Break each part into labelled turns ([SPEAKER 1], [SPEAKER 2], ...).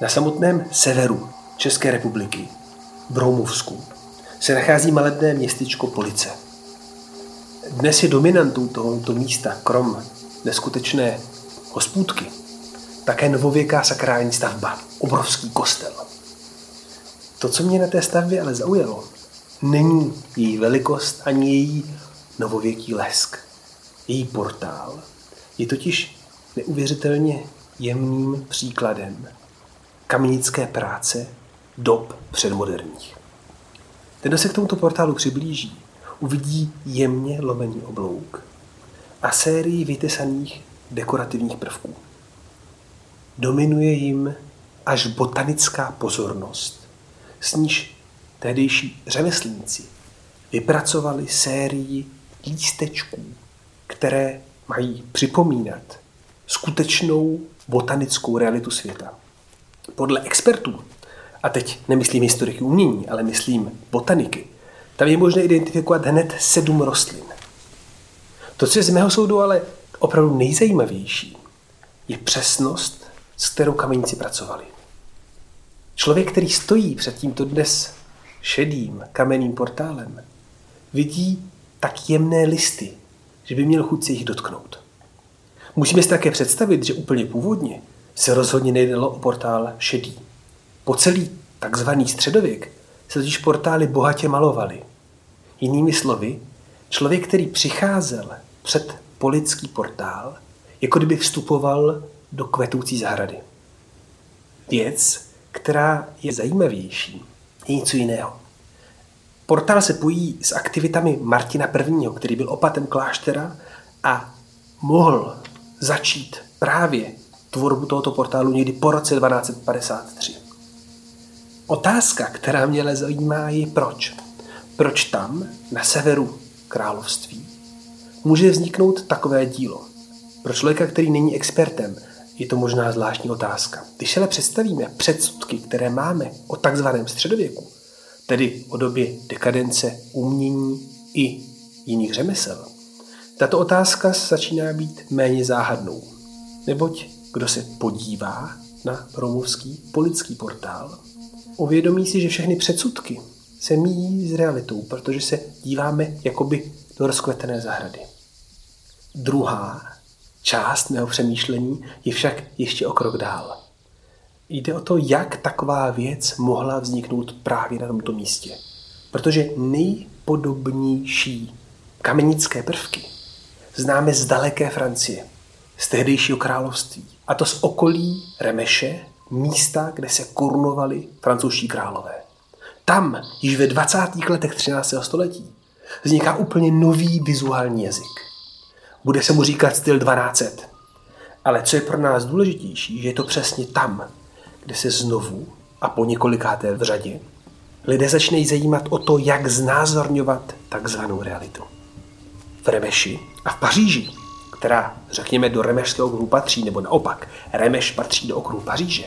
[SPEAKER 1] Na samotném severu České republiky, v Broumovsku, se nachází malebné městečko Police. Dnes je dominantou tohoto místa, krom neskutečné hospůdky, také novověká sakrální stavba, obrovský kostel. To, co mě na té stavbě ale zaujalo, není její velikost ani její novověký lesk. Její portál je totiž neuvěřitelně jemným příkladem kamenické práce dob předmoderních. Ten, kdo se k tomuto portálu přiblíží, uvidí jemně lomený oblouk a sérii vytesaných dekorativních prvků. Dominuje jim až botanická pozornost, s níž tehdejší řemeslníci vypracovali sérii lístečků, které mají připomínat skutečnou botanickou realitu světa. Podle expertů, a teď nemyslím historiky umění, ale myslím botaniky, tam je možné identifikovat hned 7 rostlin. To, co je z mého soudu ale opravdu nejzajímavější, je přesnost, s kterou kameníci pracovali. Člověk, který stojí před tímto dnes šedým kamenným portálem, vidí tak jemné listy, že by měl chuť se jich dotknout. Musíme si také představit, že úplně původně se rozhodně nejednalo o portál šedý. Po celý takzvaný středověk se totiž portály bohatě malovaly. Jinými slovy, člověk, který přicházel před Polický portál, jako kdyby vstupoval do kvetoucí zahrady. Věc, která je zajímavější, je něco jiného. Portál se pojí s aktivitami Martina I., který byl opatem kláštera a mohl začít právě tvorbu tohoto portálu někdy po roce 1253. Otázka, která mě ale zajímá, je proč. Proč tam, na severu království, může vzniknout takové dílo? Pro člověka, který není expertem, je to možná zvláštní otázka. Když ale představíme předsudky, které máme o takzvaném středověku, tedy o době dekadence, umění i jiných řemesel, tato otázka začíná být méně záhadnou. Neboť kdo se podívá na Broumovský Polický portál, uvědomí si, že všechny předsudky se míjí s realitou, protože se díváme jakoby do rozkvetené zahrady. Druhá část mého přemýšlení je však ještě o krok dál. Jde o to, jak taková věc mohla vzniknout právě na tomto místě. Protože nejpodobnější kamenické prvky známe z daleké Francie, z tehdejšího království. A to z okolí Remeše, místa, kde se korunovali francouzští králové. Tam, již ve 20. letech 13. století, vzniká úplně nový vizuální jazyk. Bude se mu říkat styl 1200. Ale co je pro nás důležitější, že je to přesně tam, kde se znovu a po několikáté v řadě lidé začínají zajímat o to, jak znázorňovat takzvanou realitu. V Remeši a v Paříži, která, řekněme, do remešského okruhu patří, nebo naopak, Remeš patří do okruhu Paříže,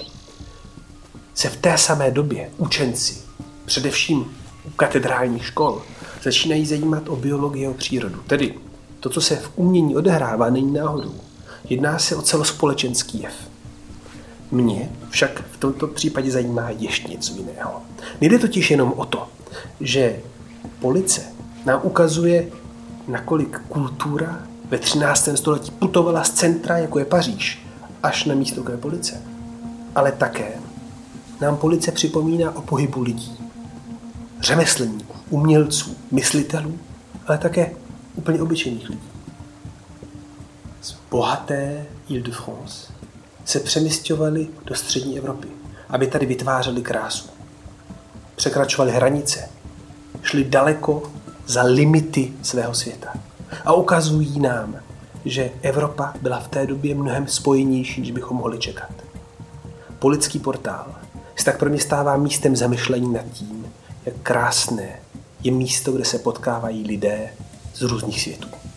[SPEAKER 1] se v té samé době učenci, především u katedrálních škol, začínají zajímat o biologii a o přírodu. Tedy to, co se v umění odehrává, není náhodou. Jedná se o celospolečenský jev. Mě však v tomto případě zajímá ještě něco jiného. Nejde totiž jenom o to, že Police nám ukazuje, nakolik kultura ve 13. století putovala z centra, jako je Paříž, až na místo, kde je Police. Ale také nám Police připomíná o pohybu lidí, řemeslníků, umělců, myslitelů, ale také úplně obyčejných lidí. Z bohaté Île-de-France se přemysťovali do střední Evropy, aby tady vytvářeli krásu. Překračovali hranice, šli daleko za limity svého světa a ukazují nám, že Evropa byla v té době mnohem spojenější, než bychom mohli čekat. Polický portál se tak pro mě stává místem zamyšlení nad tím, jak krásné je místo, kde se potkávají lidé z různých světů.